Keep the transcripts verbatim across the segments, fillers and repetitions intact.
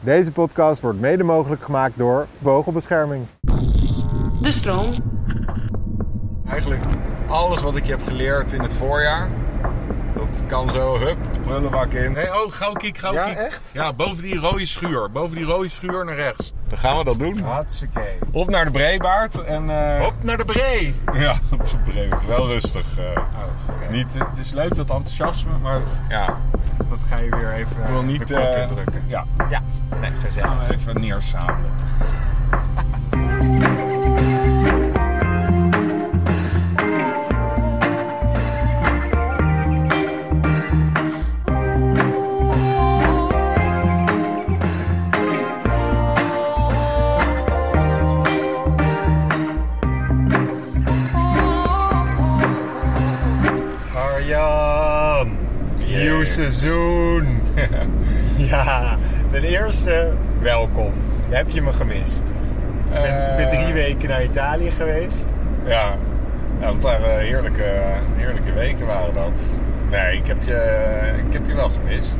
Deze podcast wordt mede mogelijk gemaakt door Vogelbescherming. De stroom. Eigenlijk alles wat ik je heb geleerd in het voorjaar, dat kan zo, hup, de prullenbak in. Nee, oh, gauw kiek, gauw Ja, kiek. echt? Ja, boven die rode schuur. Boven die rode schuur naar rechts. Dan gaan we dat doen. Hartstikke. Op naar de Breebaard en... Uh... Op naar de Bree! Ja, op de Breebaard. Wel rustig. Uh... Oh, okay. Niet, het is leuk dat enthousiasme, maar ja, Dat ga je weer even ik wil niet de kop uh... indrukken. Ja, Ja, nee, gezellig. gaan we even neersabelen. Arjan, Yeah. nieuw seizoen. Ja, ten eerste, welkom. Heb je me gemist? Ik ben, Uh, ben drie weken naar Italië geweest. Ja, ja dat waren heerlijke, heerlijke weken waren dat. Nee, ik heb je, ik heb je wel gemist.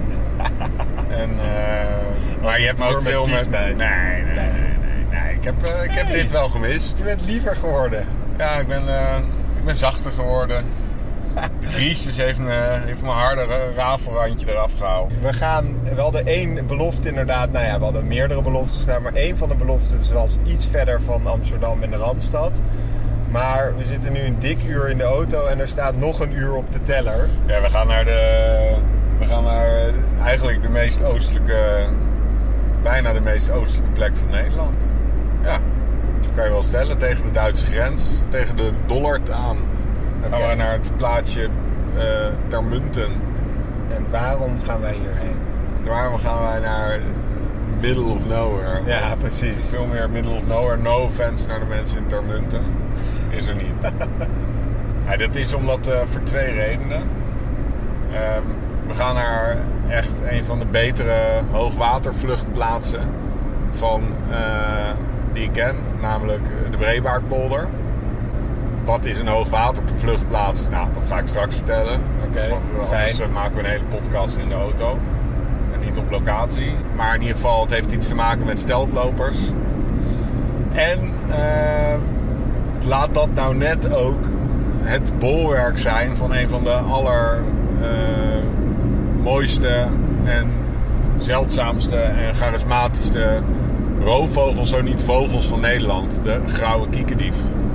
en, uh, maar je hebt me Puur ook met veel met... kiespijn. Nee, nee, nee, nee, nee. Ik heb, uh, ik heb Nee. dit wel gemist. Je bent liever geworden. Ja, ik ben, uh, ik ben zachter geworden. De crisis heeft, me, heeft mijn harde rafelrandje eraf gehaald. We gaan, we hadden één belofte inderdaad, nou ja, we hadden meerdere beloftes gedaan, maar één van de beloftes was iets verder van Amsterdam in de Randstad. Maar we zitten nu een dik uur in de auto en er staat nog een uur op de teller. Ja, we gaan naar de... We gaan naar uh, eigenlijk de meest oostelijke... Bijna de meest oostelijke plek van Nederland. Ja, dat kan je wel stellen. Tegen de Duitse grens. Tegen de Dollard aan. Gaan Oké. we naar het plaatsje uh, Termunten. En waarom gaan wij hierheen? Waarom gaan wij naar middle of nowhere? Ja, precies. Veel meer middle of nowhere. No offense naar de mensen in Termunten. Is er niet. Ja, dat is omdat uh, voor twee redenen. Um, we gaan naar echt een van de betere hoogwatervluchtplaatsen van, uh, die ik ken. Namelijk de Breebaardpolder. Wat is een hoogwatervluchtplaats? Nou, dat ga ik straks vertellen. Oké, Want uh, anders fijn. uh, maken we een hele podcast in de auto. En niet op locatie. Maar in ieder geval, het heeft iets te maken met steltlopers. En uh, laat dat nou net ook het bolwerk zijn van een van de aller uh, mooiste en zeldzaamste en charismatischste roofvogels, zo niet vogels van Nederland. De grauwe kiekendief.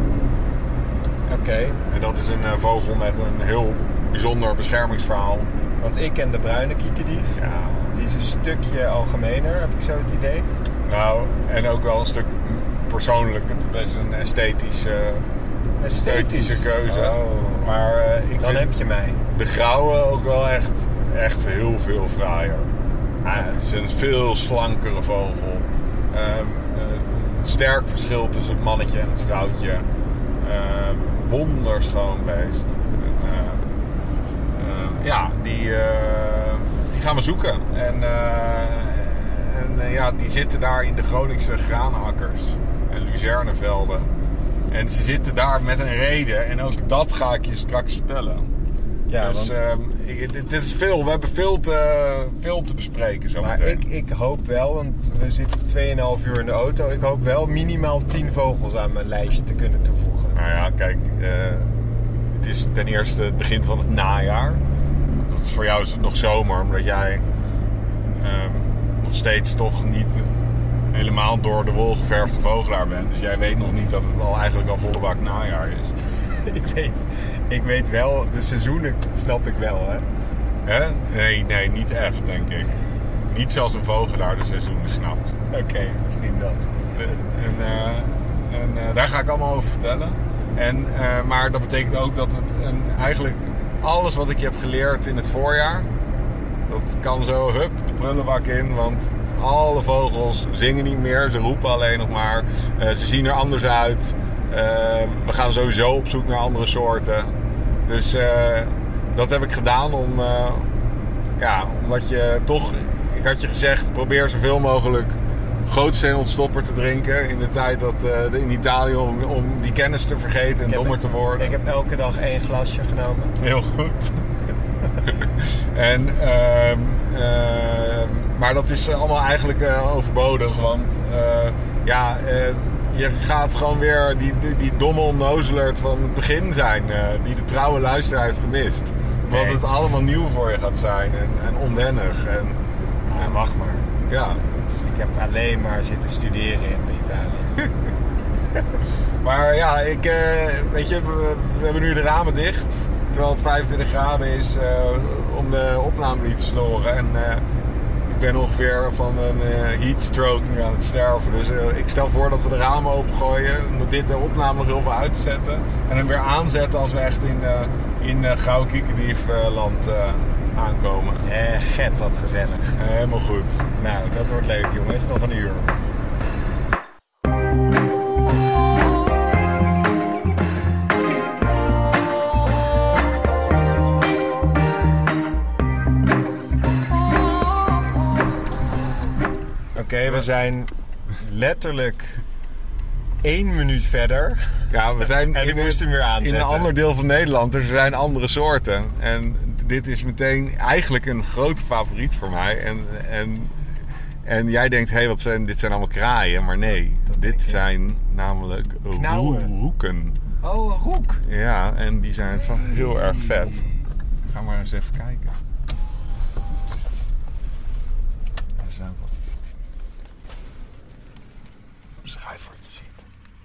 Oké, okay. En dat is een uh, vogel met een heel bijzonder beschermingsverhaal. Want ik ken de bruine kiekendief. Ja. Die is een stukje algemener, heb ik zo het idee. Nou, en ook wel een stuk persoonlijk. Het is een esthetische, esthetische keuze. Oh. Maar uh, ik Dan vind heb je mij. de grauwe ook wel echt, echt heel veel fraaier. Ah, het is een veel slankere vogel. Uh, uh, sterk verschil tussen het mannetje en het vrouwtje. Uh, wonderschoon beest. Uh, uh, ja, die, uh, die gaan we zoeken. En, uh, en uh, ja, die zitten daar in de Groningse granakkers en luzernevelden. En ze zitten daar met een reden. En ook dat ga ik je straks vertellen. Ja, dus want... uh, ik, het is veel. We hebben veel te, veel te bespreken zo Maar meteen. ik, ik hoop wel, want we zitten twee komma vijf uur in de auto. Ik hoop wel minimaal tien vogels aan mijn lijstje te kunnen toevoegen. Nou ja, kijk. Uh, het is ten eerste het begin van het najaar. Dat is voor jou is het nog zomer. Omdat jij uh, nog steeds toch niet helemaal door de wol geverfde vogelaar bent. Dus jij weet nog niet dat het al eigenlijk al volle bak najaar is. ik, weet, ik weet wel, de seizoenen snap ik wel, hè? Hè? Nee, nee, niet echt, denk ik. Niet zoals een vogelaar de seizoenen snapt. Oké, okay, misschien dat. En, uh, en uh, daar ga ik allemaal over vertellen. En, uh, maar dat betekent ook dat het een, eigenlijk alles wat ik je heb geleerd in het voorjaar, dat kan zo, hup, de prullenbak in. Want alle vogels zingen niet meer, ze roepen alleen nog maar. Uh, ze zien er anders uit. Uh, we gaan sowieso op zoek naar andere soorten. Dus uh, dat heb ik gedaan om, uh, ja, omdat je toch, ik had je gezegd, probeer zoveel mogelijk gootsteen-ontstopper te drinken in de tijd dat uh, in Italië om, om die kennis te vergeten en dommer te worden. Ik heb elke dag één glasje genomen. Heel goed. en, uh, uh, maar dat is allemaal eigenlijk uh, overbodig. Want uh, ja, uh, je gaat gewoon weer die, die, die domme onnozelert van het begin zijn. Uh, die de trouwe luisteraar heeft gemist. Want het allemaal nieuw voor je gaat zijn. En, en onwennig. En, Ja, wacht maar. ja. Ik heb alleen maar zitten studeren in Italië. Maar ja, ik, uh, weet je, we, we hebben nu de ramen dicht. Terwijl het vijfentwintig graden is uh, om de opname niet te storen. En uh, ik ben ongeveer van een uh, heatstroke nu aan het sterven. Dus uh, ik stel voor dat we de ramen opengooien. Om dit de opname nog heel veel uit te zetten. En hem weer aanzetten als we echt in, uh, in uh, Gouwe Kiekendief uh, land uh, aankomen. Eh, get wat gezellig. Uh, helemaal goed. Nou, dat wordt leuk jongens. Nog een uur. Oké, okay, we zijn letterlijk één minuut verder. Ja, we zijn en in, ik moest hem weer aanzetten. In een ander deel van Nederland. Er zijn andere soorten. En dit is meteen eigenlijk een grote favoriet voor mij. En, en, en jij denkt, hé, hey, wat zijn, dit zijn allemaal kraaien. Maar nee, Dat dit zijn namelijk Knauwen. roeken. Oh, een roek. Ja, en die zijn van heel erg vet. Ga maar eens even kijken. Er zijn wat. Beschrijf wat je ziet.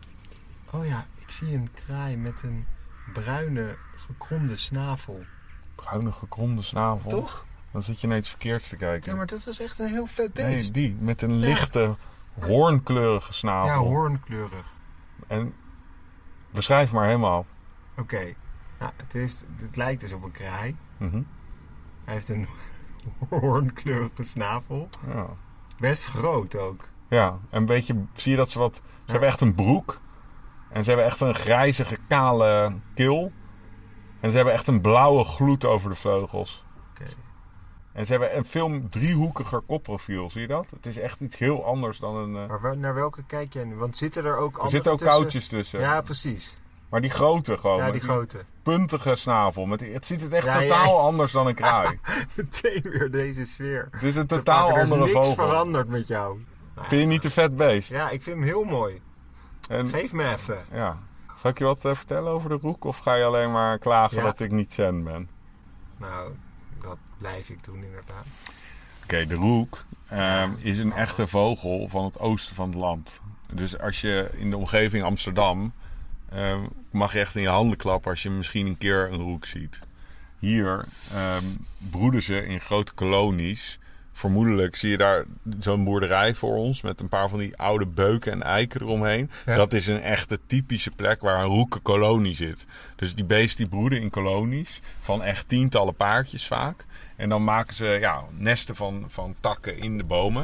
Oh ja, ik zie een kraai met een bruine gekromde snavel. Bruine gekromde snavel. Toch? Dan zit je naar iets verkeerds te kijken. Ja, maar dat was echt een heel vet beest. Nee, die. Met een lichte, hoornkleurige snavel. Ja, hoornkleurig. En beschrijf maar helemaal. Oké. Okay. Nou, het, heeft, het lijkt dus op een kraai. Mm-hmm. Hij heeft een hoornkleurige snavel. Ja. Best groot ook. Ja, en een beetje zie je dat ze wat... Ze ja. hebben echt een broek. En ze hebben echt een grijzige, kale keel. En ze hebben echt een blauwe gloed over de vleugels. Oké. Okay. En ze hebben een veel driehoekiger kopprofiel, zie je dat? Het is echt iets heel anders dan een... Uh... Maar naar welke kijk jij nu? Want zitten er ook andere Er zitten ook tussen? koutjes tussen. Ja, precies. Maar die grote gewoon. Ja, die grote. Die puntige snavel. Met die, het ziet het echt ja, totaal ja. anders dan een kraai. Meteen weer deze sfeer. Het is een totaal andere vogel. Er is niks veranderd met jou. Nou, vind je niet te vet beest? Ja, ik vind hem heel mooi. En, Geef me even. Ja. Zal ik je wat uh, vertellen over de roek? Of ga je alleen maar klagen ja. dat ik niet zen ben? Nou, dat blijf ik doen inderdaad. Oké, okay, de roek uh, is een echte vogel van het oosten van het land. Dus als je in de omgeving Amsterdam... Uh, mag je echt in je handen klappen als je misschien een keer een roek ziet. Hier um, broeden ze in grote kolonies. Vermoedelijk zie je daar zo'n boerderij voor ons... met een paar van die oude beuken en eiken eromheen. Ja. Dat is een echte typische plek waar een roekenkolonie zit. Dus die beesten die broeden in kolonies... van echt tientallen paardjes vaak. En dan maken ze ja, nesten van, van takken in de bomen...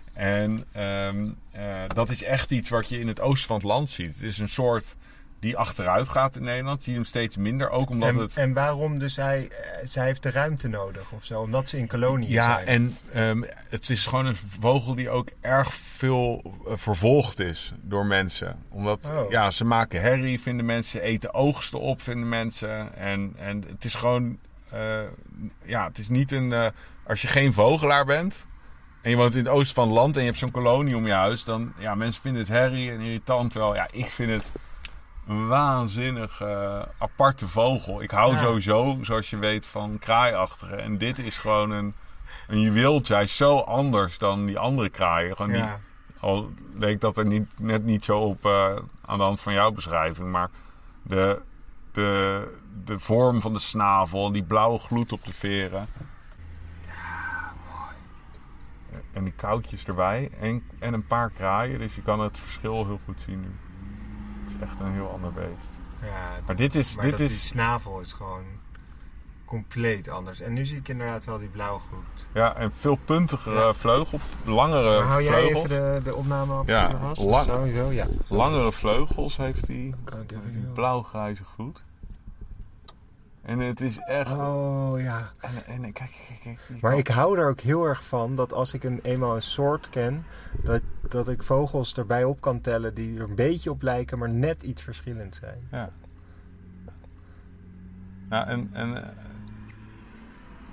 En um, uh, dat is echt iets wat je in het oosten van het land ziet. Het is een soort die achteruit gaat in Nederland. Zie je hem steeds minder. Ook omdat en, het... en waarom dus hij... Zij heeft de ruimte nodig of zo? Omdat ze in kolonies ja, zijn. Ja, en um, het is gewoon een vogel die ook erg veel uh, vervolgd is door mensen. Omdat oh. ja, ze maken herrie, vinden mensen. Eten oogsten op, vinden mensen. En, en het is gewoon... Uh, ja, het is niet een... Uh, als je geen vogelaar bent... En je woont in het oosten van het land en je hebt zo'n kolonie om je huis. Dan, ja, mensen vinden het herrie en irritant. Terwijl, ja, ik vind het een waanzinnig uh, aparte vogel. Ik hou ja. sowieso, zoals je weet, van kraaiachtige. En dit is gewoon een, een juweeltje. Hij is zo anders dan die andere kraaien. Gewoon ja. die, al leek dat er niet, net niet zo op uh, aan de hand van jouw beschrijving. Maar de, de, de vorm van de snavel, die blauwe gloed op de veren... En die koutjes erbij. En, en een paar kraaien. Dus je kan het verschil heel goed zien nu. Het is echt een heel ander beest. Ja, maar dit is... Maar dit dat is... die snavel is gewoon compleet anders. En nu zie ik inderdaad wel die blauwe gloed. Ja, en veel puntigere ja. vleugels. Langere maar hou vleugels. jij even de, de opname op? Ja, was? lang, sowieso, ja. Langere vleugels heeft hij. Die blauw-grijze gloed. En het is echt... Oh, ja. En, en, en kijk, kijk, kijk. Maar kan... ik hou er ook heel erg van dat als ik een, eenmaal een soort ken... Dat, dat ik vogels erbij op kan tellen die er een beetje op lijken... maar net iets verschillend zijn. Ja. Ja, en... en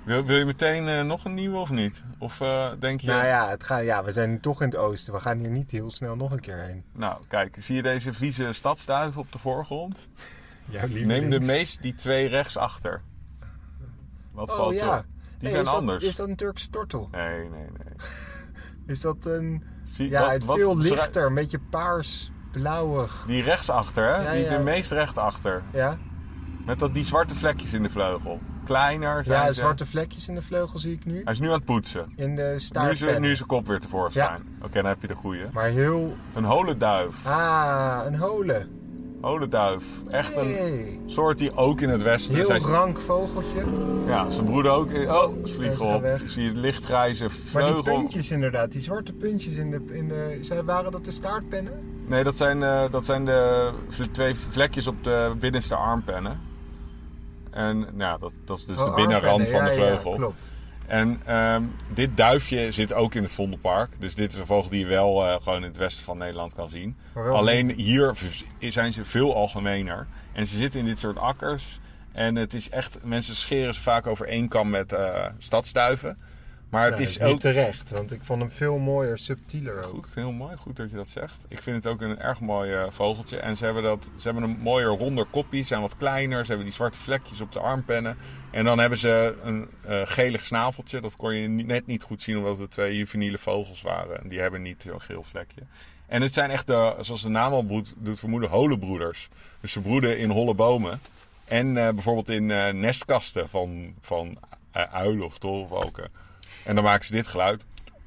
Wil, wil je meteen uh, nog een nieuwe of niet? Of uh, denk je... Nou ja, het gaat, ja, we zijn nu toch in het oosten. We gaan hier niet heel snel nog een keer heen. Nou, kijk. Zie je deze vieze stadsduiven op de voorgrond? Ja, Neem de meest die twee rechtsachter. Wat oh, valt ja. op? Die hey, zijn is dat, anders. Is dat een Turkse tortel? Nee, nee, nee. Is dat een... Zie, ja, wat, het wat, veel wat, lichter. Een beetje paars, blauwig. Die rechtsachter, hè? Ja, die, ja. De meest rechtsachter. Ja? Met dat, die zwarte vlekjes in de vleugel. Kleiner zijn Ja, ze. zwarte vlekjes in de vleugel zie ik nu. Hij is nu aan het poetsen. In de Nu is, staartpennen. nu is zijn kop weer tevoorschijn. Ja. Oké, okay, dan heb je de goeie. Maar heel... Een holenduif. Ah, een holen. Holenduif. Echt een Hey. soort die ook in het westen... Heel zijn, rank vogeltje. ja, zijn broeder ook... In, oh, ze vliegen Ja, ze op. gaan weg. Zie je het lichtgrijze Maar vleugel. die puntjes inderdaad, die zwarte puntjes in de... In de zijn, waren dat de staartpennen? Nee, dat zijn, uh, dat zijn de v- twee vlekjes op de binnenste armpennen. En nou, dat, dat is dus Oh, de binnenrand van armpennen. de Ja, vleugel. Ja, klopt. En um, dit duifje zit ook in het Vondelpark. Dus dit is een vogel die je wel uh, gewoon in het westen van Nederland kan zien. Alleen hier zijn ze veel algemener. En ze zitten in dit soort akkers. En het is echt... Mensen scheren ze vaak over één kam met uh, stadsduiven. Maar het Ja, is dat is ook... niet terecht, want ik vond hem veel mooier, subtieler ook. Goed, heel mooi. Goed dat je dat zegt. Ik vind het ook een erg mooi uh, vogeltje. En ze hebben, dat, ze hebben een mooier, ronder kopje. Ze zijn wat kleiner. Ze hebben die zwarte vlekjes op de armpennen. En dan hebben ze een uh, gelig snaveltje. Dat kon je net niet goed zien, omdat het twee juveniele vogels waren. En die hebben niet zo'n geel vlekje. En het zijn echt, de, zoals de naam al doet, doet vermoeden, holenbroeders. Dus ze broeden in holle bomen. En uh, bijvoorbeeld in uh, nestkasten van, van uh, uilen of tolvalken. En dan maken ze dit geluid.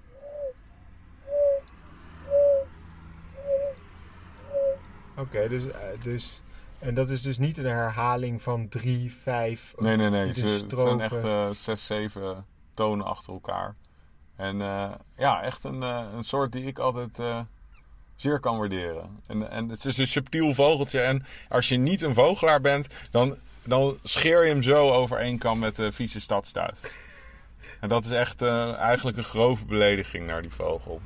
Oké, okay, dus, uh, dus... En dat is dus niet een herhaling van drie, vijf... Nee, nee, nee. Ze, het zijn echt uh, zes, zeven tonen achter elkaar. En uh, ja, echt een, uh, een soort die ik altijd uh, zeer kan waarderen. En, en het is een subtiel vogeltje. En als je niet een vogelaar bent, dan, dan scheer je hem zo over één kam met de vieze stadsduif. En dat is echt uh, eigenlijk een grove belediging naar die vogel.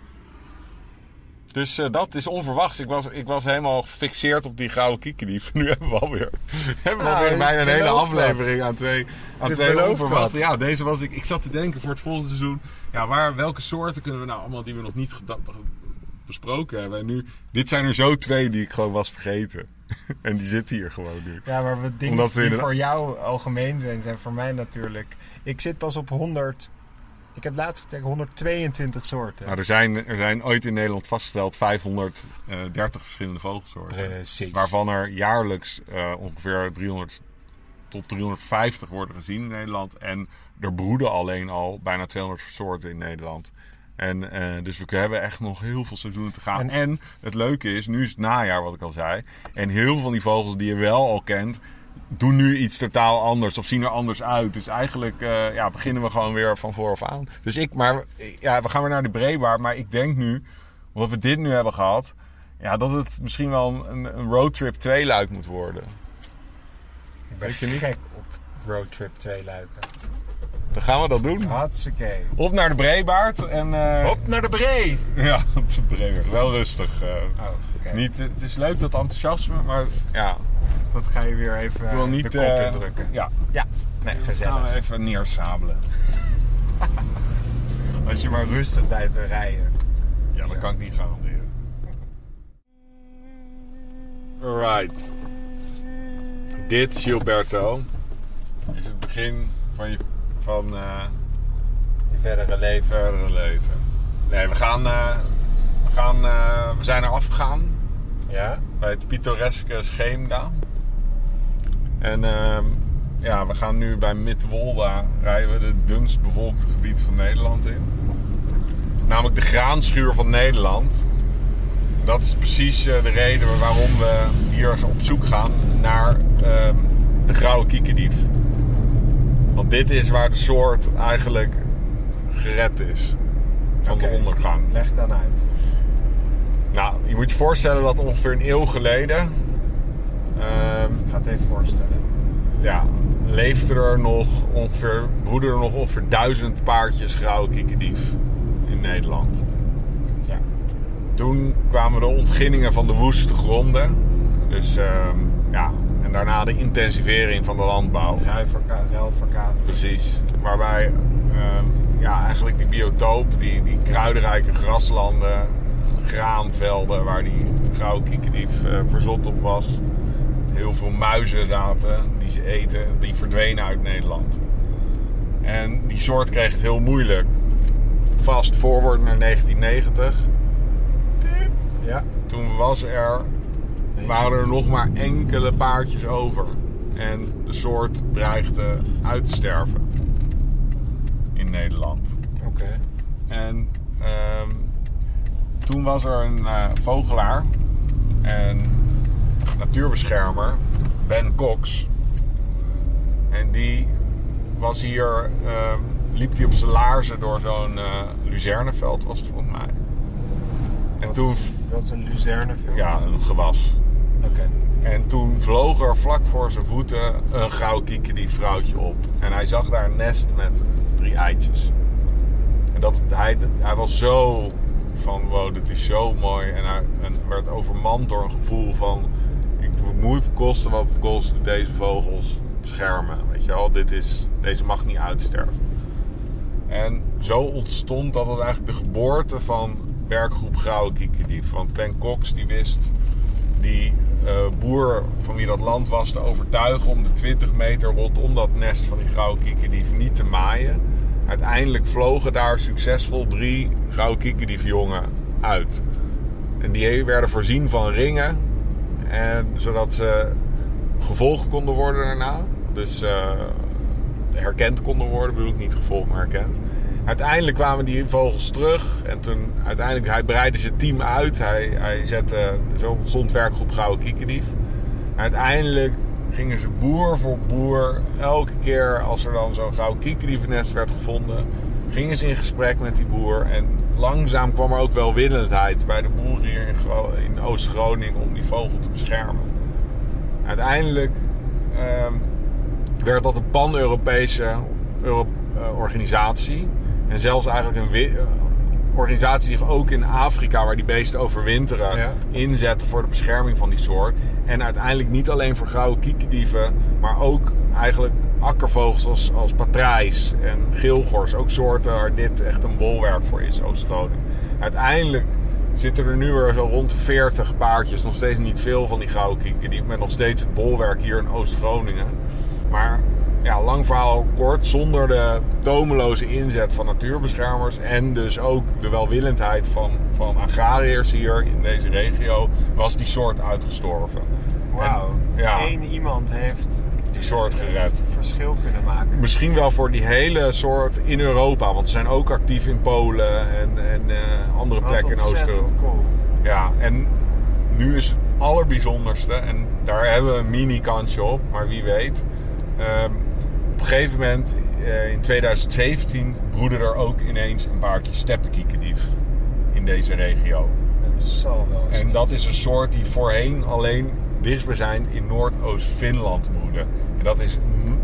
Dus uh, dat is onverwachts. Ik was, ik was helemaal gefixeerd op die gouden kiekendief. Nu hebben we alweer, hebben we ah, alweer bijna een hele aflevering wat. aan twee, aan Dit twee belooft onverwachte. wat. Ja, deze was ik. Ik zat te denken voor het volgende seizoen. Ja, waar, welke soorten kunnen we nou allemaal die we nog niet geda- besproken hebben. En nu, dit zijn er zo twee die ik gewoon was vergeten. En die zitten hier gewoon nu. Ja, maar wat dingen Omdat we die in een- voor jou algemeen zijn, zijn voor mij natuurlijk... Ik zit pas op honderd... Ik heb laatst gezegd honderdtweeëntwintig soorten. Nou, er zijn, er zijn ooit in Nederland vastgesteld vijfhonderddertig verschillende vogelsoorten. Precies. Waarvan er jaarlijks uh, ongeveer driehonderd tot driehonderdvijftig worden gezien in Nederland. En er broeden alleen al bijna tweehonderd soorten in Nederland. En uh, dus we hebben echt nog heel veel seizoenen te gaan. En, En- en het leuke is, nu is het najaar wat ik al zei. En heel veel van die vogels die je wel al kent, doen nu iets totaal anders of zien er anders uit. Dus eigenlijk uh, ja, beginnen we gewoon weer van vooraf aan. Dus ik, maar ja, we gaan weer naar de Breebaard. Maar ik denk nu, omdat we dit nu hebben gehad, ja, dat het misschien wel een, een roadtrip tweeluik moet worden. Ik ben Weet je niet? gek op roadtrip twee luiken. Dan gaan we dat doen. Hartstikke. Op naar de Breebaard en uh, Op naar de Bree! ja, op de Breebaard. Wel rustig. Uh, Oh, oké. niet, het is leuk dat enthousiasme, maar ja, Dat ga je weer even ik wil uh, niet de kop uh, indrukken. Ja, Ja, nee, dan gaan we gezellig. even neersabelen. Als je maar rustig blijft rijden. Ja, dat kan ik niet garanderen. Alright. Dit, Gilberto, is het begin van je van, uh, Je verdere leven. verdere leven. Nee, we gaan, uh, we, gaan uh, we zijn er afgegaan Ja? bij het pittoreske Scheemda. En uh, ja, we gaan nu bij Midwolda rijden we het dunst bevolkte gebied van Nederland in. Namelijk de graanschuur van Nederland. Dat is precies uh, de reden waarom we hier op zoek gaan naar uh, de grauwe kiekendief. Want dit is waar de soort eigenlijk gered is van Oké. de ondergang. Leg dan uit. Nou, je moet je voorstellen dat ongeveer een eeuw geleden uh, Ik ga het even voorstellen. ja, leefde er nog ongeveer, broeden er nog ongeveer duizend paardjes grauwe kiekendief in Nederland. Ja. Toen kwamen de ontginningen van de woeste gronden. Dus uh, ja, en daarna de intensivering van de landbouw. Ruilverkaveling. Precies. Waarbij uh, ja, eigenlijk die biotoop, die, die kruidenrijke graslanden, graanvelden waar die grauwe kiekendief uh, verzot op was. Heel veel muizen zaten die ze eten, die verdwenen uit Nederland. En die soort kreeg het heel moeilijk. Fast forward naar negentien negentig. Ja. Toen was er, waren er nog maar enkele paardjes over. En de soort dreigde uit te sterven. In Nederland. Oké. Okay. En um, toen was er een uh, vogelaar. En natuurbeschermer. Ben Cox. En die was hier... Um, liep hij op zijn laarzen door zo'n uh, luzerneveld, was het volgens mij. En wat, toen... Wat is een luzerneveld? Ja, een gewas. Oké. Okay. En toen vloog er vlak voor zijn voeten een grauw kiekendief vrouwtje op. En hij zag daar een nest met drie eitjes. En dat, hij, hij was zo van, wow, dit is zo mooi. En hij en werd overmand door een gevoel van... ik moet kosten wat het kost deze vogels beschermen. Weet je wel, dit is, deze mag niet uitsterven. En zo ontstond dat het eigenlijk de geboorte van werkgroep Grauwe Kiekendief. Want Ben Cox die wist die uh, boer van wie dat land was te overtuigen om de twintig meter rondom dat nest van die Grauwe Kiekendief niet te maaien. Uiteindelijk vlogen daar succesvol drie Grauwe Kiekendief jongen uit. En die werden voorzien van ringen. En, zodat ze gevolgd konden worden daarna. Dus uh, herkend konden worden, bedoel ik niet gevolgd, maar herkend. Uiteindelijk kwamen die vogels terug. En toen uiteindelijk, hij breidde zijn team uit. Hij, hij zette, zo ontstond werkgroep Grauwe Kiekendief. Uiteindelijk gingen ze boer voor boer. Elke keer als er dan zo'n Grauwe Kiekendiefnest werd gevonden, gingen ze in gesprek met die boer. En langzaam kwam er ook welwillendheid bij de boeren hier in, Gro- in Oost-Groningen om die vogel te beschermen. Uiteindelijk uh, werd dat een pan-Europese Euro- uh, organisatie. En zelfs eigenlijk een wi- uh, organisatie die zich ook in Afrika, waar die beesten overwinteren, ja. inzette voor de bescherming van die soort. En uiteindelijk niet alleen voor grauwe kiekendieven, maar ook eigenlijk akkervogels als, als patrijs en geelgors. Ook soorten waar dit echt een bolwerk voor is, Oost-Groningen. Uiteindelijk zitten er nu weer zo rond de veertig paardjes. Nog steeds niet veel van die grauwe kiekendieven, met nog steeds het bolwerk hier in Oost-Groningen. Maar ja, lang verhaal kort, zonder de tomeloze inzet van natuurbeschermers en dus ook de welwillendheid van, van agrariërs hier in deze regio, was die soort uitgestorven. Wauw, ja, één iemand heeft die soort gered. Verschil kunnen maken. Misschien wel voor die hele soort in Europa, want ze zijn ook actief in Polen en, en uh, andere plekken in Oost-Europa. Cool. Ja, en nu is het allerbijzonderste, en daar hebben we een mini-kansje op, maar wie weet. Um, op een gegeven moment, uh, in tweeduizend zeventien, broedde er ook ineens een paardje steppenkiekendief in deze regio. Het zal wel zijn. En dat is een soort die voorheen alleen dichtstbijzijnd in Noordoost-Finland broedde. En dat is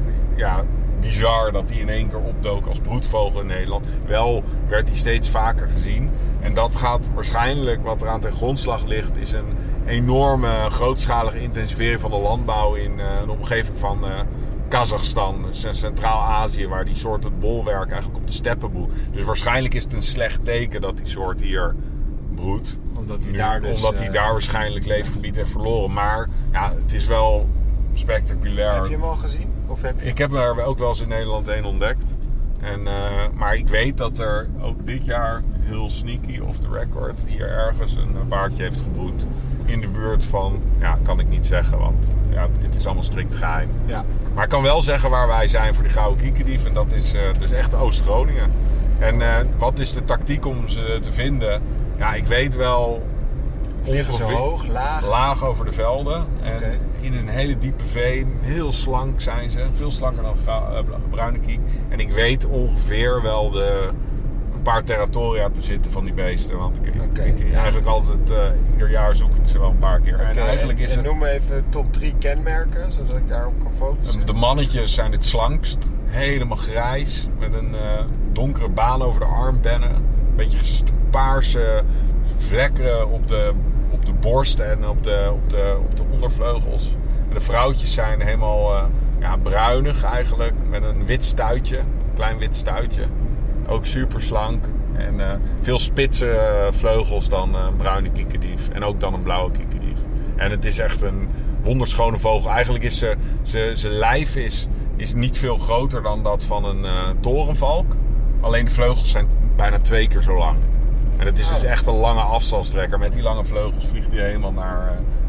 ja, bizar dat die in één keer opdook als broedvogel in Nederland. Wel werd die steeds vaker gezien. En dat gaat waarschijnlijk, wat eraan ten grondslag ligt, is een enorme grootschalige intensivering van de landbouw in uh, de omgeving van uh, Kazachstan, dus Centraal-Azië, waar die soort het bolwerk eigenlijk op de steppen boet. Dus waarschijnlijk is het een slecht teken dat die soort hier broedt. Omdat hij nu, daar, dus, omdat hij uh, daar waarschijnlijk leefgebied heeft verloren. Maar ja, het is wel spectaculair. Heb je hem al gezien? Of heb je... Ik heb er ook wel eens in Nederland een ontdekt. En, uh, maar ik weet dat er ook dit jaar, heel sneaky off the record, hier ergens een paardje heeft gebroed. In de buurt van, ja, kan ik niet zeggen, want ja, het is allemaal strikt geheim. Ja. Maar ik kan wel zeggen waar wij zijn voor die grauwe kiekendief. En dat is uh, dus echt Oost-Groningen. En uh, wat is de tactiek om ze te vinden? Ja, ik weet wel. Vliegen ze hoog, laag? Laag over de velden. En okay. in een hele diepe veen. Heel slank zijn ze. Veel slanker dan uh, bruine kiek. En ik weet ongeveer wel de, een paar territoria te zitten van die beesten. Want ik, okay, ik, ik ja. eigenlijk altijd, uh, ieder jaar zoek ik ze wel een paar keer. Okay, en eigenlijk is en het... noem me even top drie kenmerken, zodat ik daarop kan focussen. De mannetjes zijn het slankst. Helemaal grijs. Met een uh, donkere baan over de armbennen. Een beetje paarse vlekken op de, op de borst en op de, op, de, op de ondervleugels. En de vrouwtjes zijn helemaal uh, ja, bruinig eigenlijk, met een wit stuitje, een klein wit stuitje. Ook super slank en uh, veel spitse uh, vleugels dan een bruine kiekendief en ook dan een blauwe kiekendief. En het is echt een wonderschone vogel. Eigenlijk is ze, ze, zijn lijf is, is niet veel groter dan dat van een uh, torenvalk. Alleen de vleugels zijn bijna twee keer zo lang. En het is dus echt een lange afstandstrekker. Met die lange vleugels vliegt hij helemaal naar,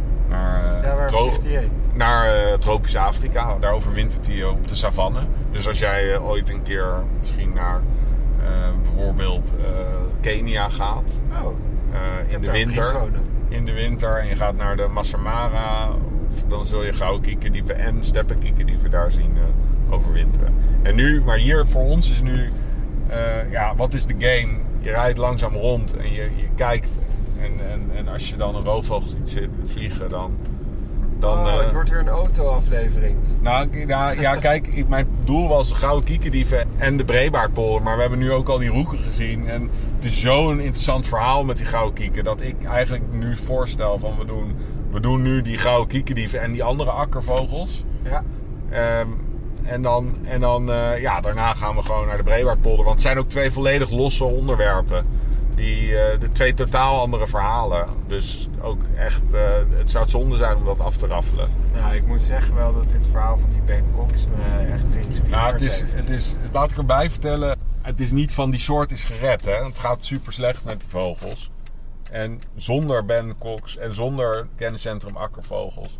naar, ja, waar tro- vliegt hij heen? naar uh, tropisch Afrika. Daar overwintert hij op de savanne. Dus als jij uh, ooit een keer misschien naar uh, bijvoorbeeld uh, Kenia gaat. Oh, uh, in de winter. In de winter en je gaat naar de Masai Mara. Dan zul je gouden kiekerdieven en steppenkiekedieven daar zien uh, overwinteren. En nu, maar hier voor ons is nu... Uh, ja, wat is de game? Je rijdt langzaam rond en je, je kijkt. En, en, en als je dan een roofvogel ziet zitten, vliegen, dan... dan oh, uh, het wordt weer een auto-aflevering. Nou, nou ja, kijk, ik, mijn doel was de gouden kiekerdieven en de Breebaardpolder. Maar we hebben nu ook al die roeken gezien. En het is zo'n interessant verhaal met die gouden kieken... dat ik eigenlijk nu voorstel van we doen, we doen nu die gouden kiekerdieven en die andere akkervogels. Ja. Um, En dan, en dan uh, ja, daarna gaan we gewoon naar de Breebaardpolder. Want het zijn ook twee volledig losse onderwerpen. Die, uh, de twee totaal andere verhalen. Dus ook echt, uh, het zou het zonde zijn om dat af te raffelen. Nou, ik moet zeggen wel dat dit verhaal van die Ben Cox me echt geïnspireerd nou, het is, heeft. Het is, laat ik erbij vertellen, het is niet van die soort is gered. Hè? Het gaat super slecht met die vogels. En zonder Ben Cox en zonder kenniscentrum akkervogels...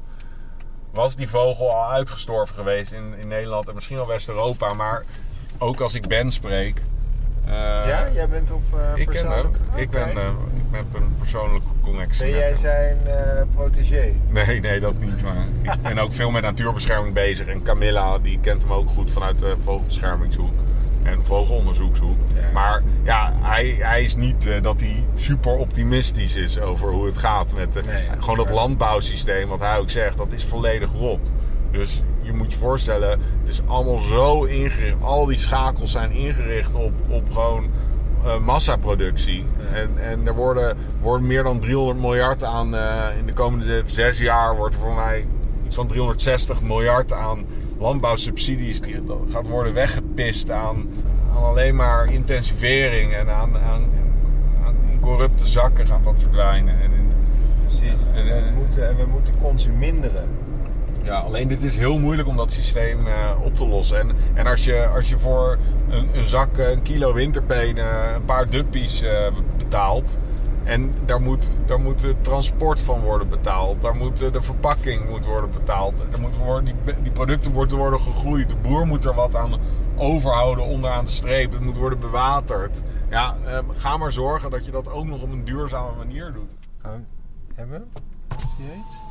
was die vogel al uitgestorven geweest in, in Nederland en misschien wel West-Europa. Maar ook als ik Ben spreek... Uh, ja, jij bent op uh, ik ken hem. Okay. Ik, ben, uh, ik heb een persoonlijke connectie. Ben jij zijn uh, protégé? Nee, nee, dat niet. Maar ik ben ook veel met natuurbescherming bezig. En Camilla, die kent hem ook goed vanuit de vogelbeschermingshoek. En vogelonderzoekshoek. Ja. Maar ja, hij, hij is niet uh, dat hij super optimistisch is over hoe het gaat. Met, uh, nee, gewoon dat landbouwsysteem, wat hij ook zegt, dat is volledig rot. Dus je moet je voorstellen, het is allemaal zo ingericht. Al die schakels zijn ingericht op, op gewoon uh, massaproductie. Ja. En, en er worden, worden meer dan driehonderd miljard aan, uh, in de komende zes jaar wordt er voor mij iets van driehonderdzestig miljard aan landbouwsubsidies die gaat worden weggepist aan, aan alleen maar intensivering en aan, aan, aan in corrupte zakken gaat dat verdwijnen. En in, Precies, en, en, we, moeten, en we moeten consuminderen. Ja, alleen dit is heel moeilijk om dat systeem uh, op te lossen. En, en als, je, als je voor een, een zak, een kilo winterpenen, een paar duppies uh, betaalt... En daar moet, daar moet het transport van worden betaald. Daar moet de verpakking moet worden betaald. Er moet worden, die, die producten moeten worden gegroeid. De boer moet er wat aan overhouden onderaan de streep. Het moet worden bewaterd. Ja, eh, ga maar zorgen dat je dat ook nog op een duurzame manier doet. Oh, hebben we? Zie je iets?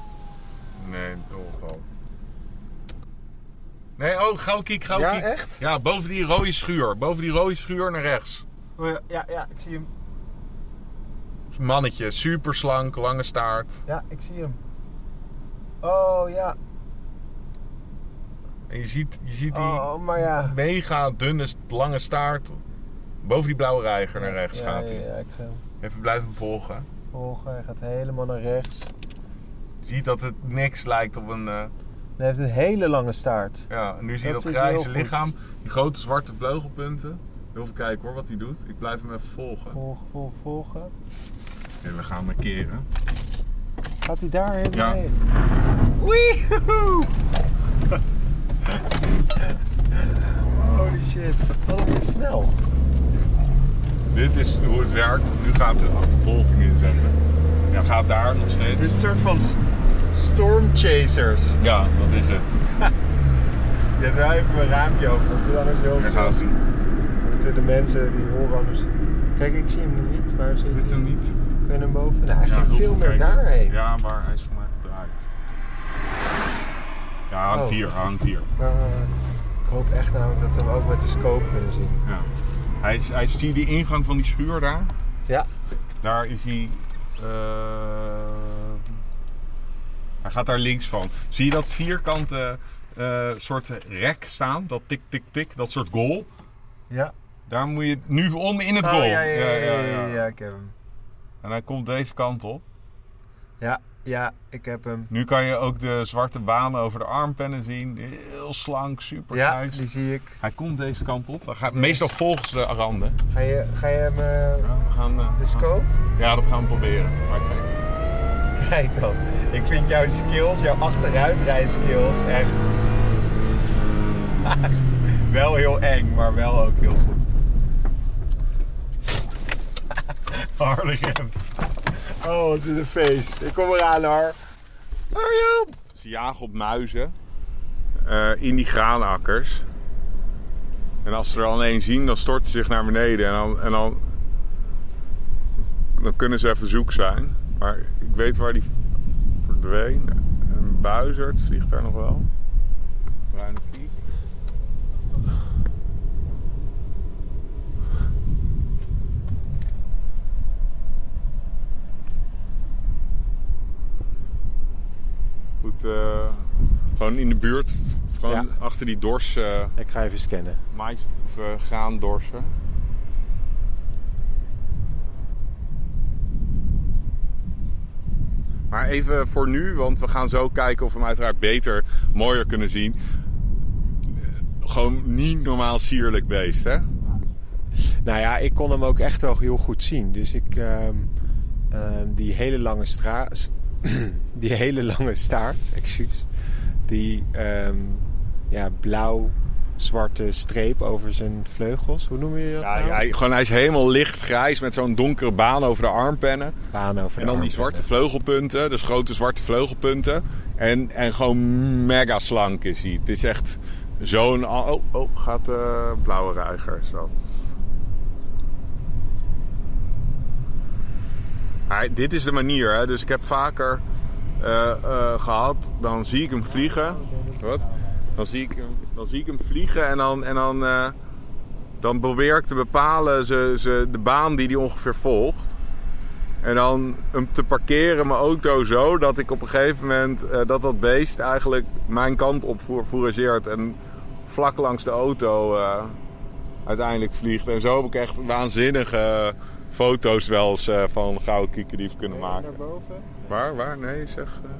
Nee, toch wel. Nee, oh, gauw kiek, gauw ja, kiek. Ja, echt? Ja, boven die rode schuur. Boven die rode schuur naar rechts. Oh, ja, ja, ja, ik zie hem. Mannetje, super slank, lange staart. Ja, ik zie hem. Oh, ja. En je ziet, je ziet die oh, maar ja. mega dunne, lange staart. Boven die blauwe reiger naar rechts ja, gaat ja, hij. Ja, ik ga hem even blijven volgen. Volgen, hij gaat helemaal naar rechts. Je ziet dat het niks lijkt op een... Uh... Hij heeft een hele lange staart. Ja, en nu zie je dat, dat grijze lichaam. Die grote zwarte vleugelpunten. Even kijken hoor, wat hij doet. Ik blijf hem even volgen. Volgen, volgen, volgen. En we gaan markeren. Gaat hij daar heen? Ja. Weehoe! Holy shit, wat een snel. Dit is hoe het werkt. Nu gaat de achtervolging inzetten. Ja, gaat daar nog steeds. Dit is een soort van st- stormchasers. Ja, dat is het. Je hebt wel even mijn raampje open, want anders heel snel. De mensen die horen anders. Kijk, ik zie hem nu niet, maar zit hij hem niet? Kun je hem boven? Nou, hij ja, ging veel meer daarheen. Ja, maar hij is voor mij gedraaid. Ja, hangt oh. hier, hangt hier. Uh, ik hoop echt namelijk dat we hem ook met de scope kunnen zien. Ja. Hij, is, hij zie je die ingang van die schuur daar? Ja. Daar is hij... Uh, hij gaat daar links van. Zie je dat vierkante uh, soort rek staan? Dat tik, tik, tik, dat soort goal? Ja. Daar moet je nu om in het oh, goal. Ja ja ja, ja, ja, ja, ja, ik heb hem. En hij komt deze kant op. Ja. Ja, ik heb hem. Nu kan je ook de zwarte banen over de armpennen zien. Heel slank, super Ja, grijs. die zie ik. Hij komt deze kant op. Hij gaat meestal volgens de randen. Ga je, ga je hem... eh, Ja, we gaan, uh, de scope? Ja, dat gaan we proberen. Maar ik ga... Kijk dan. Ik vind jouw skills, jouw achteruitrijskills echt... wel heel eng, maar wel ook heel goed. Harde rem. Oh, wat is dit een feest. Ik kom eraan, hoor. Hurry up! Ze jagen op muizen uh, in die graanakkers. En als ze er al een zien, dan storten ze zich naar beneden. En dan, en dan, dan kunnen ze even zoek zijn. Maar ik weet waar die verdween. Een buizerd vliegt daar nog wel. Bruine vlieg. Goed, uh, gewoon in de buurt, gewoon Ja. achter die dors, uh, Ik ga even scannen. mais of uh, graandorsen. Maar even voor nu, want we gaan zo kijken of we hem uiteraard beter, mooier kunnen zien. Gewoon niet normaal sierlijk beest, hè? Nou ja, ik kon hem ook echt wel heel goed zien. Dus ik... ehm, ehm, die hele lange stra... st- die hele lange staart, excuus. Die ehm, ja, blauw-zwarte streep over zijn vleugels. Hoe noem je dat Ja, nou? hij, gewoon, hij is helemaal lichtgrijs met zo'n donkere baan over de armpennen. Baan over En de dan die armpennen. zwarte vleugelpunten, dus grote zwarte vleugelpunten. En, en gewoon mega slank is hij. Het is echt zo'n... Oh, oh gaat de blauwe reiger. Is dat... Ah, dit is de manier, hè. Dus ik heb vaker uh, uh, gehad, dan zie ik hem vliegen. Wat? Dan zie ik hem, dan zie ik hem vliegen en dan, en dan, uh, dan probeer ik te bepalen ze, ze, de baan die hij ongeveer volgt. En dan hem te parkeren in mijn auto zo dat ik op een gegeven moment uh, dat dat beest eigenlijk mijn kant op fourageert en vlak langs de auto uh, uiteindelijk vliegt. En zo heb ik echt waanzinnige foto's wel eens uh, van gouden kiekendief kunnen maken. Naar boven? Waar? Waar? Nee, zeg. Uh...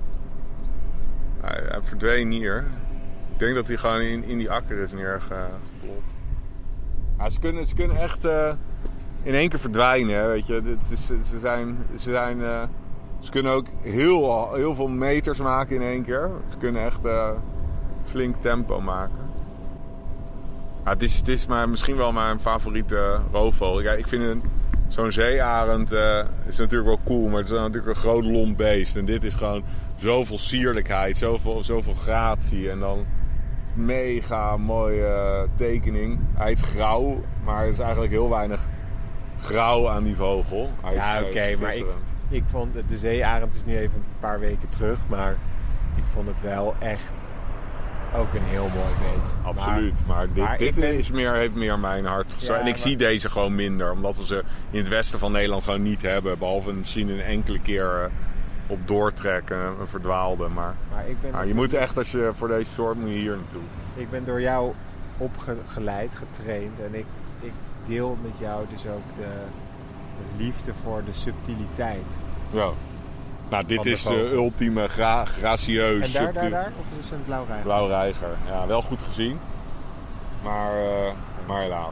Hij, hij verdween hier. Ik denk dat hij gewoon in, in die akker is neergeploft. Ja, ze, kunnen, ze kunnen echt uh, in één keer verdwijnen, hè, weet je. Het is, ze, zijn, ze, zijn, uh, ze kunnen ook heel, heel veel meters maken in één keer. Ze kunnen echt uh, flink tempo maken. Ja, het, is, het is maar misschien wel mijn favoriete roofvogel. Ja, ik vind een, zo'n zeearend uh, is natuurlijk wel cool, maar het is natuurlijk een groot lomp beest. En dit is gewoon zoveel sierlijkheid, zoveel, zoveel gratie. En dan mega mooie tekening. Hij is grauw, maar er is eigenlijk heel weinig grauw aan die vogel. Hij Ja, is, oké, okay, maar ik, ik vond... De zeearend is nu even een paar weken terug, maar ik vond het wel echt ook een heel mooi beest. Absoluut, maar, maar dit, maar dit ben... is meer, heeft meer mijn hart gestoken. Ja, en ik maar... zie deze gewoon minder, omdat we ze in het westen van Nederland gewoon niet hebben. Behalve misschien een enkele keer uh, op doortrekken, een verdwaalde. Maar, maar ik ben nou, je moet echt, als je voor deze soort, moet je hier naartoe. Ik ben door jou opgeleid, getraind. En ik, ik deel met jou dus ook de, de liefde voor de subtiliteit. Ja. Nou, dit de is de ultieme gra- gracieus. En daar, subtiel. daar, daar? Of is het een blauwreiger? Blauwreiger. Ja, wel goed gezien. Maar, uh, maar helaas.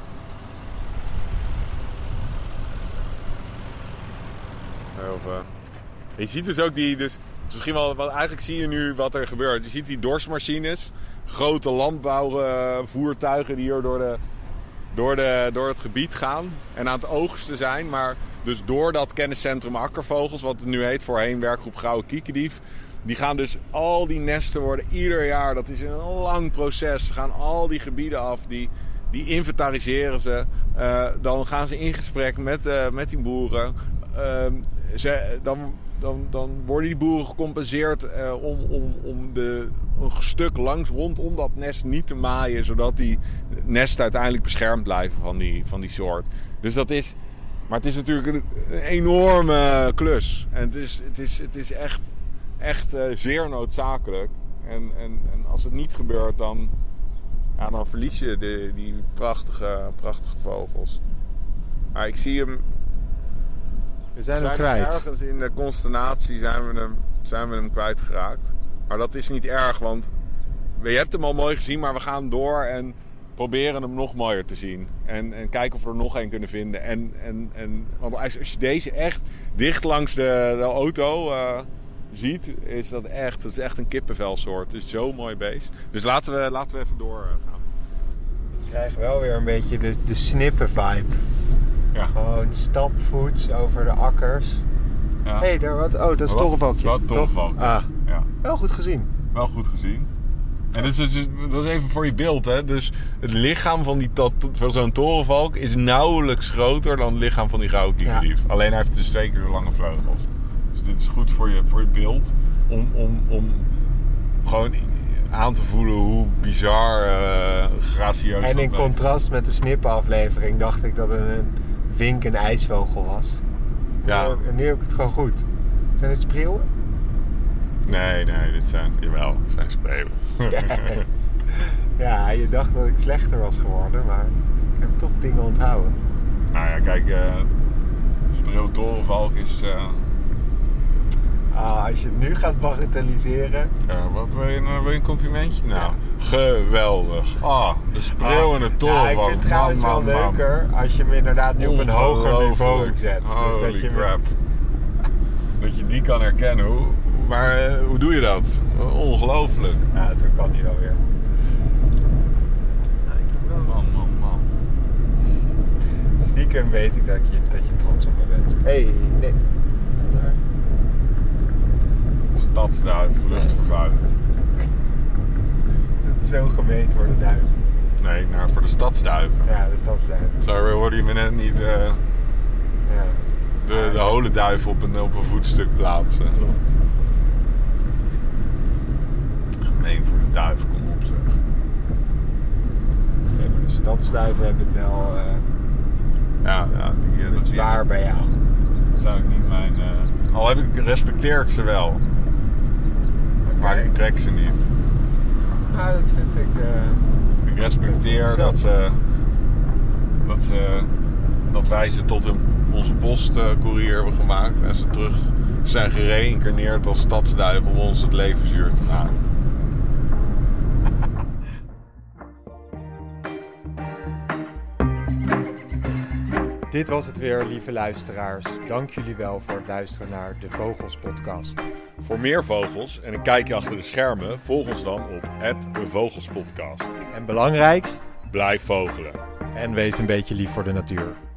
Heel veel. Je ziet dus ook die... Dus, misschien wel, wat, eigenlijk zie je nu wat er gebeurt. Je ziet die dorsmachines. Grote landbouwvoertuigen die hier door, de, door, de, door het gebied gaan. En aan het oogsten zijn. Maar dus door dat kenniscentrum Akkervogels, wat het nu heet, voorheen werkgroep Gouden Kiekendief. Die gaan dus al die nesten worden ieder jaar. Dat is een lang proces. Ze gaan al die gebieden af. Die, die inventariseren ze. Uh, dan gaan ze in gesprek met, uh, met die boeren. Uh, ze, dan, dan, dan worden die boeren gecompenseerd uh, om, om, om de, een stuk langs rondom dat nest niet te maaien. Zodat die nesten uiteindelijk beschermd blijven van die, van die soort. Dus dat is... Maar het is natuurlijk een, een enorme klus. En het is, het is, het is echt... Echt uh, zeer noodzakelijk. En, en, en als het niet gebeurt, dan, ja, dan verlies je de, die prachtige, prachtige vogels. Maar ik zie hem... We zijn We hem zijn kwijt. ergens in de consternatie zijn we hem, zijn we hem kwijtgeraakt. Maar dat is niet erg, want je hebt hem al mooi gezien, maar we gaan door en proberen hem nog mooier te zien. En, en kijken of we er nog één kunnen vinden. En, en, en, want als, als je deze echt dicht langs de, de auto uh, ziet, is dat echt, dat is echt een kippenvelsoort. Het is zo'n mooi beest. Dus laten we, laten we even doorgaan. Ik krijg wel weer een beetje de, de snippen vibe. Ja. Gewoon stapvoets over de akkers. Ja. Hé, hey, daar wat. Oh, dat is Wat- Torrevalkje. wat Torrevalkje. Ah, Ja. wel goed gezien. Wel goed gezien. En dat is, dus- dat is even voor je beeld, hè. Dus het lichaam van, die, tot- van zo'n torenvalk is nauwelijks groter dan het lichaam van die gouden kiekendief. Ja. Alleen hij heeft dus twee keer zo lange vleugels. Dus dit is goed voor je, voor je beeld. Om, om, om gewoon aan te voelen hoe bizar uh, gracieus En dat in beest. contrast met de snippenaflevering dacht ik dat het een vink een ijsvogel was. Ja. En nu heb ik het gewoon goed. Zijn het spreeuwen? Nee, nee, dit zijn, jawel, dit zijn spreeuwen. Yes. Ja, je dacht dat ik slechter was geworden, maar ik heb toch dingen onthouden. Nou ja, kijk, uh, spreeuw-torenvalk is... Uh, Ah, als je het nu gaat bagatelliseren. Ja, wat wil je, nou, wil je een complimentje? Nou, geweldig. Ah, de spreeuw en de torenvalk. Ja, ik vind het trouwens Man, wel man, man. leuker als je hem inderdaad nu op een hoger niveau Ongelooflijk. zet. Dus Holy dat je hem- crap. Dat je die kan herkennen. Hoe, maar uh, hoe doe je dat? Ongelooflijk. Ja, zo kan die wel weer. Ja, ik heb wel- Man, man, man. Stiekem weet ik dat je, dat je trots op me bent. Hé, hey, nee. Tot daar. Stadsduif, luchtvervuiling. Het is zo gemeen voor de duif. Nee, nou, voor de stadsduiven. Ja, de stadsduif. Sorry, hoorde je me net niet uh, Ja, de, de holenduif op een, op een voetstuk plaatsen. klopt. Gemeen voor de duif, kom op zeg. Ja, maar de stadsduiven hebben het wel uh, Ja, ja die, uh, dat zwaar bij jou. Dat zou ik niet mijn... Uh... Al heb ik, respecteer ik ze wel. Maar ik trek ze niet. Nou, dat vind ik... Uh, Ik respecteer Zo. dat ze... Dat ze... Dat wij ze tot een, onze postcourier hebben gemaakt. En ze terug zijn gereïncarneerd als stadsduif om ons het leven zuur te maken. Dit was het weer, lieve luisteraars. Dank jullie wel voor het luisteren naar de Vogels podcast. Voor meer vogels en een kijkje achter de schermen, volg ons dan op het Vogelspodcast. En belangrijkst, Blijf vogelen. en wees een beetje lief voor de natuur.